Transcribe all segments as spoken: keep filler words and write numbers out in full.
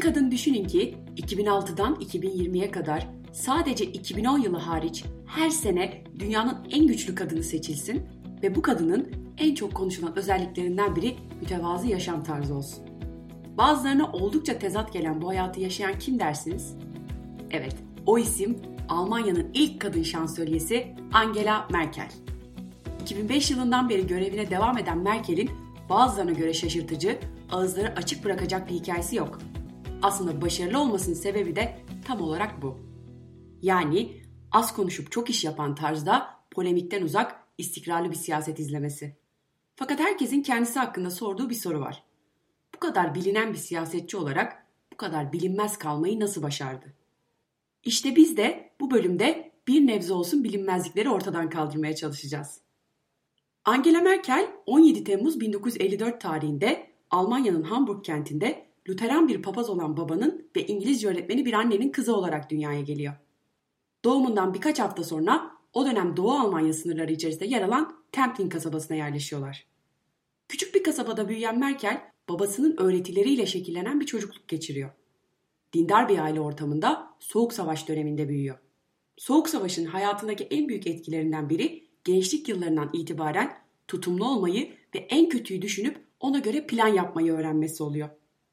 kadın düşünün ki iki bin altıdan iki bin yirmiye kadar sadece iki bin on yılı hariç her sene dünyanın en güçlü kadını seçilsin ve bu kadının en çok konuşulan özelliklerinden biri mütevazı yaşam tarzı olsun. Bazılarına oldukça tezat gelen bu hayatı yaşayan kim dersiniz? Evet, o isim Almanya'nın ilk kadın şansölyesi Angela Merkel. iki bin beş yılından beri görevine devam eden Merkel'in bazılarına göre şaşırtıcı, ağızları açık bırakacak bir hikayesi yok. Aslında başarılı olmasının sebebi de tam olarak bu. Yani az konuşup çok iş yapan tarzda polemikten uzak, istikrarlı bir siyaset izlemesi. Fakat herkesin kendisi hakkında sorduğu bir soru var. Bu kadar bilinen bir siyasetçi olarak bu kadar bilinmez kalmayı nasıl başardı? İşte biz de bu bölümde bir nebze olsun bilinmezlikleri ortadan kaldırmaya çalışacağız. Angela Merkel on yedi Temmuz bin dokuz yüz elli dört tarihinde Almanya'nın Hamburg kentinde Lutheran bir papaz olan babanın ve İngilizce öğretmeni bir annenin kızı olarak dünyaya geliyor. Doğumundan birkaç hafta sonra o dönem Doğu Almanya sınırları içerisinde yer alan Templin kasabasına yerleşiyorlar. Küçük bir kasabada büyüyen Merkel, babasının öğretileriyle şekillenen bir çocukluk geçiriyor. Dindar bir aile ortamında Soğuk Savaş döneminde büyüyor. Soğuk Savaş'ın hayatındaki en büyük etkilerinden biri gençlik yıllarından itibaren tutumlu olmayı ve en kötüyü düşünüp ona göre plan yapmayı öğrenmesi oluyor.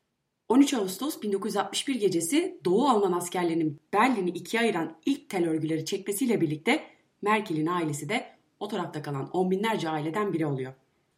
on üç Ağustos bin dokuz yüz altmış bir gecesi Doğu Alman askerlerinin Berlin'i ikiye ayıran ilk tel örgüleri çekmesiyle birlikte Merkel'in ailesi de o tarafta kalan on binlerce aileden biri oluyor.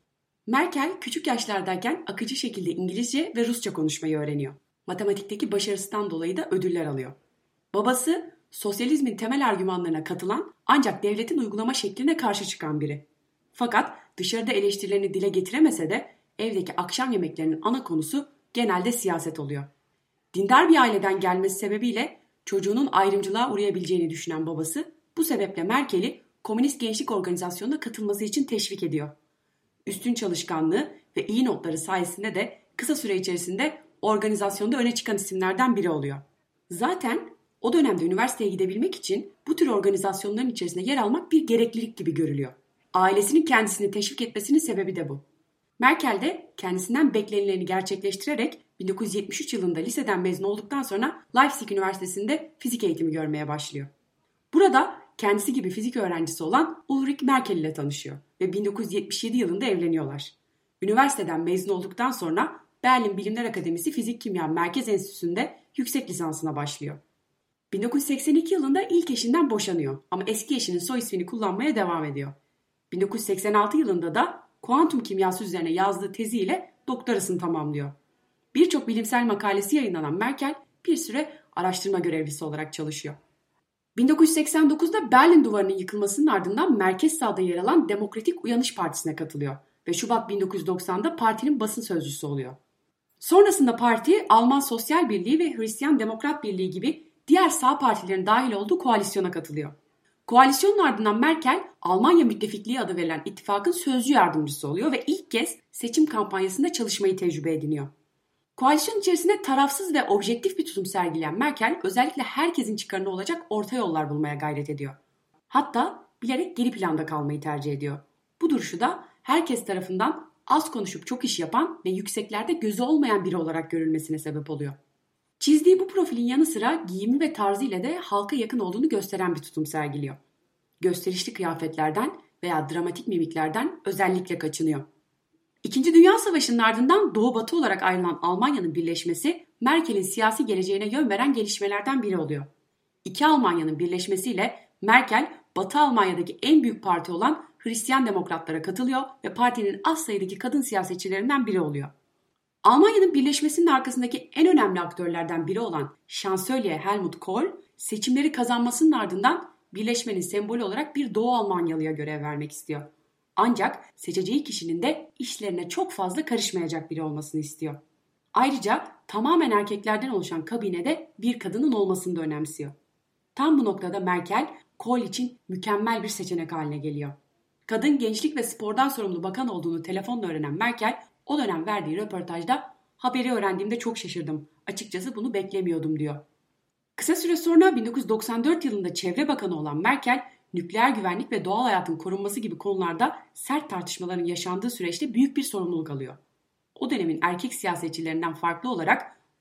Merkel küçük yaşlardayken akıcı şekilde İngilizce ve Rusça konuşmayı öğreniyor. Matematikteki başarısından dolayı da ödüller alıyor. Babası sosyalizmin temel argümanlarına katılan ancak devletin uygulama şekline karşı çıkan biri. Fakat dışarıda eleştirilerini dile getiremese de evdeki akşam yemeklerinin ana konusu genelde siyaset oluyor. Dindar bir aileden gelmesi sebebiyle çocuğunun ayrımcılığa uğrayabileceğini düşünen babası bu sebeple Merkel'i Komünist Gençlik Organizasyonu'na katılması için teşvik ediyor. Üstün çalışkanlığı ve iyi notları sayesinde de kısa süre içerisinde organizasyonda öne çıkan isimlerden biri oluyor. Zaten o dönemde üniversiteye gidebilmek için bu tür organizasyonların içerisinde yer almak bir gereklilik gibi görülüyor. Ailesinin kendisini teşvik etmesinin sebebi de bu. Merkel de kendisinden beklenileni gerçekleştirerek bin dokuz yüz yetmiş üç yılında liseden mezun olduktan sonra Leipzig Üniversitesi'nde fizik eğitimi görmeye başlıyor. Burada kendisi gibi fizik öğrencisi olan Ulrich Merkel ile tanışıyor ve bin dokuz yüz yetmiş yedi yılında evleniyorlar. Üniversiteden mezun olduktan sonra Berlin Bilimler Akademisi Fizik Kimya Merkez Enstitüsü'nde yüksek lisansına başlıyor. bin dokuz yüz seksen iki yılında ilk eşinden boşanıyor ama eski eşinin soy ismini kullanmaya devam ediyor. bin dokuz yüz seksen altı yılında da kuantum kimyası üzerine yazdığı teziyle doktorasını tamamlıyor. Birçok bilimsel makalesi yayınlanan Merkel bir süre araştırma görevlisi olarak çalışıyor. bin dokuz yüz seksen dokuzda Berlin Duvarı'nın yıkılmasının ardından merkez sağda yer alan Demokratik Uyanış Partisi'ne katılıyor ve Şubat bin dokuz yüz doksanda partinin basın sözcüsü oluyor. Sonrasında parti Alman Sosyal Birliği ve Hristiyan Demokrat Birliği gibi diğer sağ partilerin dahil olduğu koalisyona katılıyor. Koalisyonun ardından Merkel, Almanya Müttefikliği adı verilen ittifakın sözcü yardımcısı oluyor ve ilk kez seçim kampanyasında çalışmayı tecrübe ediniyor. Koalisyon içerisinde tarafsız ve objektif bir tutum sergileyen Merkel, özellikle herkesin çıkarına olacak orta yollar bulmaya gayret ediyor. Hatta bilerek geri planda kalmayı tercih ediyor. Bu duruşu da herkes tarafından az konuşup çok iş yapan ve yükseklerde gözü olmayan biri olarak görülmesine sebep oluyor. Çizdiği bu profilin yanı sıra giyimi ve tarzıyla de halka yakın olduğunu gösteren bir tutum sergiliyor. Gösterişli kıyafetlerden veya dramatik mimiklerden özellikle kaçınıyor. İkinci Dünya Savaşı'nın ardından Doğu-Batı olarak ayrılan Almanya'nın birleşmesi, Merkel'in siyasi geleceğine yön veren gelişmelerden biri oluyor. İki Almanya'nın birleşmesiyle Merkel, Batı Almanya'daki en büyük parti olan Hristiyan Demokratlara katılıyor ve partinin az sayıdaki kadın siyasetçilerinden biri oluyor. Almanya'nın birleşmesinin arkasındaki en önemli aktörlerden biri olan Şansölye Helmut Kohl, seçimleri kazanmasının ardından birleşmenin sembolü olarak bir Doğu Almanyalı'ya görev vermek istiyor. Ancak seçeceği kişinin de işlerine çok fazla karışmayacak biri olmasını istiyor. Ayrıca tamamen erkeklerden oluşan kabinede bir kadının olmasını da önemsiyor. Tam bu noktada Merkel, Kohl için mükemmel bir seçenek haline geliyor. Kadın gençlik ve spordan sorumlu bakan olduğunu telefonla öğrenen Merkel, o dönem verdiği röportajda haberi öğrendiğimde çok şaşırdım. Açıkçası bunu beklemiyordum diyor. Kısa süre sonra bin dokuz yüz doksan dört yılında Çevre Bakanı olan Merkel, nükleer güvenlik ve doğal hayatın korunması gibi konularda sert tartışmaların yaşandığı süreçte büyük bir sorumluluk alıyor. O dönemin erkek siyasetçilerinden farklı olarak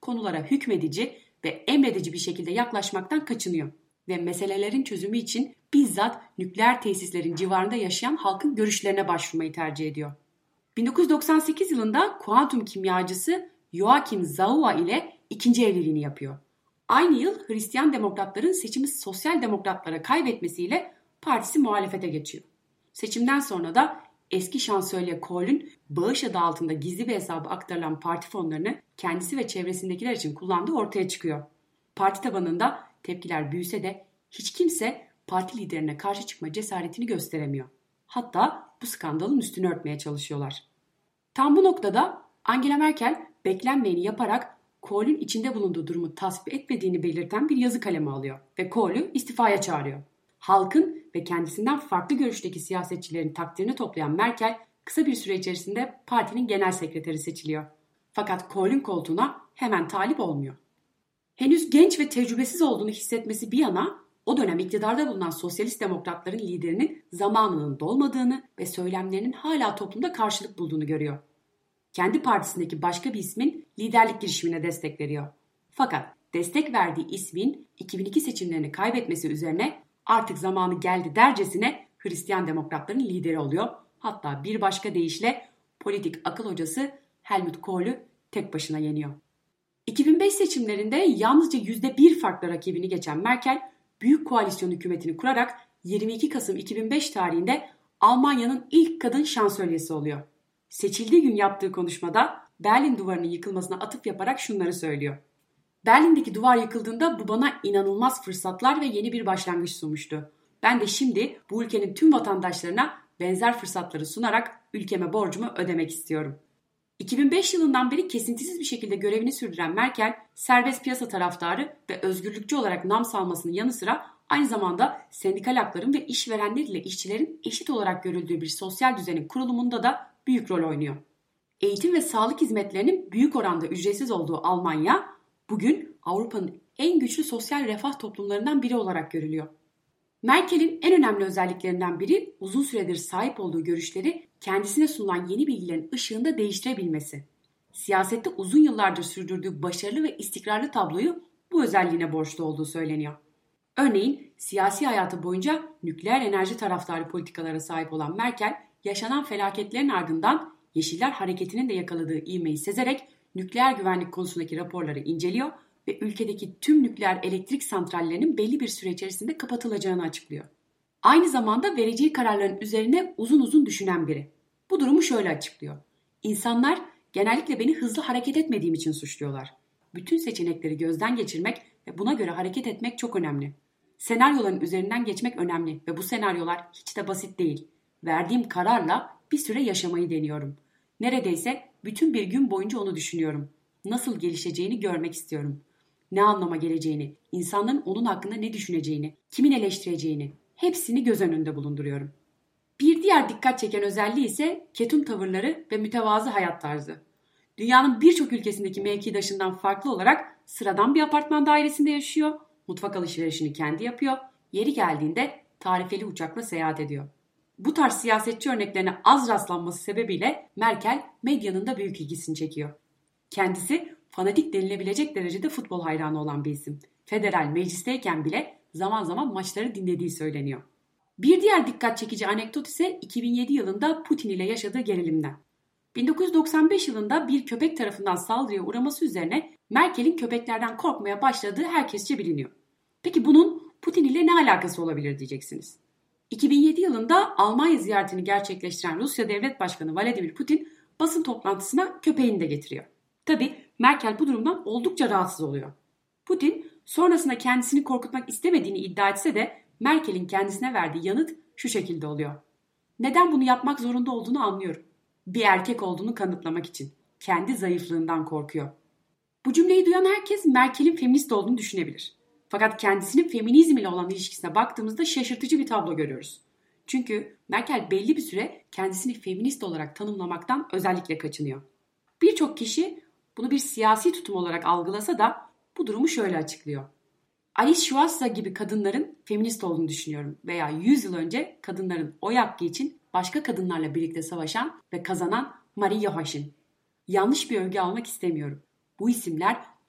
konulara hükmedici ve emredici bir şekilde yaklaşmaktan kaçınıyor ve meselelerin çözümü için bizzat nükleer tesislerin civarında yaşayan halkın görüşlerine başvurmayı tercih ediyor. bin dokuz yüz doksan sekiz yılında kuantum kimyacısı Joachim Zaua ile ikinci evliliğini yapıyor. Aynı yıl Hristiyan Demokratların seçimi Sosyal Demokratlara kaybetmesiyle partisi muhalefete geçiyor. Seçimden sonra da eski şansölye Kohl'ün bağış adı altında gizli bir hesaba aktarılan parti fonlarını kendisi ve çevresindekiler için kullandığı ortaya çıkıyor. Parti tabanında tepkiler büyüse de hiç kimse parti liderine karşı çıkma cesaretini gösteremiyor. Hatta bu skandalın üstünü örtmeye çalışıyorlar. Tam bu noktada Angela Merkel beklenmeyeni yaparak Kohl'ün içinde bulunduğu durumu tasvip etmediğini belirten bir yazı kalemi alıyor ve Kohl'ü istifaya çağırıyor. Halkın ve kendisinden farklı görüşteki siyasetçilerin takdirini toplayan Merkel kısa bir süre içerisinde partinin genel sekreteri seçiliyor. Fakat Kohl'ün koltuğuna hemen talip olmuyor. Henüz genç ve tecrübesiz olduğunu hissetmesi bir yana o dönem iktidarda bulunan sosyalist demokratların liderinin zamanının dolmadığını ve söylemlerinin hala toplumda karşılık bulduğunu görüyor. Kendi partisindeki başka bir ismin liderlik girişimine destek veriyor. Fakat destek verdiği ismin iki bin iki seçimlerini kaybetmesi üzerine artık zamanı geldi dercesine Hristiyan Demokratların lideri oluyor. Hatta bir başka deyişle politik akıl hocası Helmut Kohl'ü tek başına yeniyor. iki bin beş seçimlerinde yalnızca yüzde bir farkla rakibini geçen Merkel, Büyük Koalisyon hükümetini kurarak yirmi iki Kasım iki bin beş tarihinde Almanya'nın ilk kadın şansölyesi oluyor. Seçildiği gün yaptığı konuşmada Berlin Duvarı'nın yıkılmasına atıf yaparak şunları söylüyor. Berlin'deki duvar yıkıldığında bu bana inanılmaz fırsatlar ve yeni bir başlangıç sunmuştu. Ben de şimdi bu ülkenin tüm vatandaşlarına benzer fırsatları sunarak ülkeme borcumu ödemek istiyorum. iki bin beş yılından beri kesintisiz bir şekilde görevini sürdüren Merkel, serbest piyasa taraftarı ve özgürlükçü olarak nam salmasının yanı sıra aynı zamanda sendikal hakların ve işverenler ile işçilerin eşit olarak görüldüğü bir sosyal düzenin kurulumunda da büyük rol oynuyor. Eğitim ve sağlık hizmetlerinin büyük oranda ücretsiz olduğu Almanya, bugün Avrupa'nın en güçlü sosyal refah toplumlarından biri olarak görülüyor. Merkel'in en önemli özelliklerinden biri uzun süredir sahip olduğu görüşleri kendisine sunulan yeni bilgilerin ışığında değiştirebilmesi. Siyasette uzun yıllardır sürdürdüğü başarılı ve istikrarlı tabloyu bu özelliğine borçlu olduğu söyleniyor. Örneğin siyasi hayatı boyunca nükleer enerji taraftarı politikalara sahip olan Merkel, yaşanan felaketlerin ardından Yeşiller Hareketi'nin de yakaladığı ivmeyi sezerek nükleer güvenlik konusundaki raporları inceliyor ve ülkedeki tüm nükleer elektrik santrallerinin belli bir süre içerisinde kapatılacağını açıklıyor. Aynı zamanda vereceği kararların üzerine uzun uzun düşünen biri. Bu durumu şöyle açıklıyor. İnsanlar genellikle beni hızlı hareket etmediğim için suçluyorlar. Bütün seçenekleri gözden geçirmek ve buna göre hareket etmek çok önemli. Senaryoların üzerinden geçmek önemli ve bu senaryolar hiç de basit değil. Verdiğim kararla bir süre yaşamayı deniyorum. Neredeyse bütün bir gün boyunca onu düşünüyorum. Nasıl gelişeceğini görmek istiyorum. Ne anlama geleceğini, insanların onun hakkında ne düşüneceğini, kimin eleştireceğini hepsini göz önünde bulunduruyorum. Bir diğer dikkat çeken özelliği ise ketum tavırları ve mütevazı hayat tarzı. Dünyanın birçok ülkesindeki mevkidaşından farklı olarak sıradan bir apartman dairesinde yaşıyor, mutfak alışverişini kendi yapıyor, yeri geldiğinde tarifeli uçakla seyahat ediyor. Bu tarz siyasetçi örneklerine az rastlanması sebebiyle Merkel medyanın da büyük ilgisini çekiyor. Kendisi fanatik denilebilecek derecede futbol hayranı olan bir isim. Federal meclisteyken bile zaman zaman maçları dinlediği söyleniyor. Bir diğer dikkat çekici anekdot ise iki bin yedi yılında Putin ile yaşadığı gerilimden. bin dokuz yüz doksan beş yılında bir köpek tarafından saldırıya uğraması üzerine Merkel'in köpeklerden korkmaya başladığı herkesçe biliniyor. Peki bunun Putin ile ne alakası olabilir diyeceksiniz. iki bin yedi yılında Almanya ziyaretini gerçekleştiren Rusya Devlet Başkanı Vladimir Putin basın toplantısına köpeğini de getiriyor. Tabii Merkel bu durumdan oldukça rahatsız oluyor. Putin sonrasında kendisini korkutmak istemediğini iddia etse de Merkel'in kendisine verdiği yanıt şu şekilde oluyor. Neden bunu yapmak zorunda olduğunu anlıyorum. Bir erkek olduğunu kanıtlamak için. Kendi zayıflığından korkuyor. Bu cümleyi duyan herkes Merkel'in feminist olduğunu düşünebilir. Fakat kendisinin feminizm ile olan ilişkisine baktığımızda şaşırtıcı bir tablo görüyoruz. Çünkü Merkel belli bir süre kendisini feminist olarak tanımlamaktan özellikle kaçınıyor. Birçok kişi bunu bir siyasi tutum olarak algılasa da bu durumu şöyle açıklıyor. Alice Schwarzer gibi kadınların feminist olduğunu düşünüyorum veya yüz yıl önce kadınların oy hakkı için başka kadınlarla birlikte savaşan ve kazanan Marie Joachim. Yanlış bir övgü almak istemiyorum. Bu isimler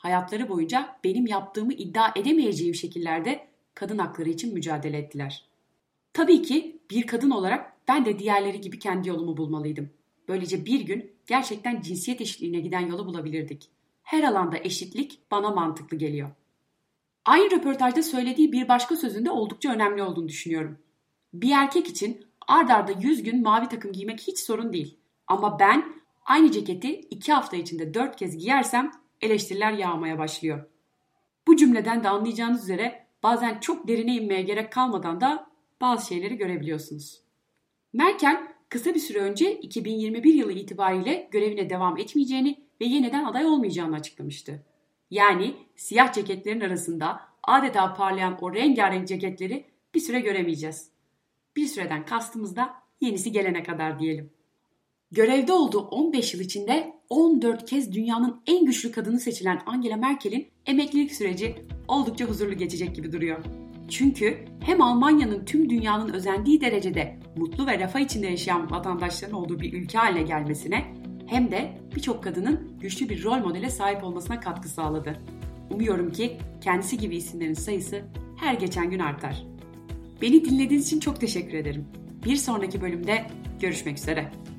hayatları boyunca benim yaptığımı iddia edemeyeceğim şekillerde kadın hakları için mücadele ettiler. Tabii ki bir kadın olarak ben de diğerleri gibi kendi yolumu bulmalıydım. Böylece bir gün gerçekten cinsiyet eşitliğine giden yolu bulabilirdik. Her alanda eşitlik bana mantıklı geliyor. Aynı röportajda söylediği bir başka sözünde oldukça önemli olduğunu düşünüyorum. Bir erkek için ard arda yüz gün mavi takım giymek hiç sorun değil. Ama ben aynı ceketi iki hafta içinde dört kez giyersem eleştiriler yağmaya başlıyor. Bu cümleden de anlayacağınız üzere bazen çok derine inmeye gerek kalmadan da bazı şeyleri görebiliyorsunuz. Merkel kısa bir süre önce iki bin yirmi bir yılı itibariyle görevine devam etmeyeceğini ve yeniden aday olmayacağını açıklamıştı. Yani siyah ceketlerin arasında adeta parlayan o rengarenk ceketleri bir süre göremeyeceğiz. Bir süreden kastımız da yenisi gelene kadar diyelim. Görevde olduğu on beş yıl içinde on dört kez dünyanın en güçlü kadını seçilen Angela Merkel'in emeklilik süreci oldukça huzurlu geçecek gibi duruyor. Çünkü hem Almanya'nın tüm dünyanın özendiği derecede mutlu ve refah içinde yaşayan vatandaşların olduğu bir ülke haline gelmesine hem de birçok kadının güçlü bir rol modele sahip olmasına katkı sağladı. Umuyorum ki kendisi gibi isimlerin sayısı her geçen gün artar. Beni dinlediğiniz için çok teşekkür ederim. Bir sonraki bölümde görüşmek üzere.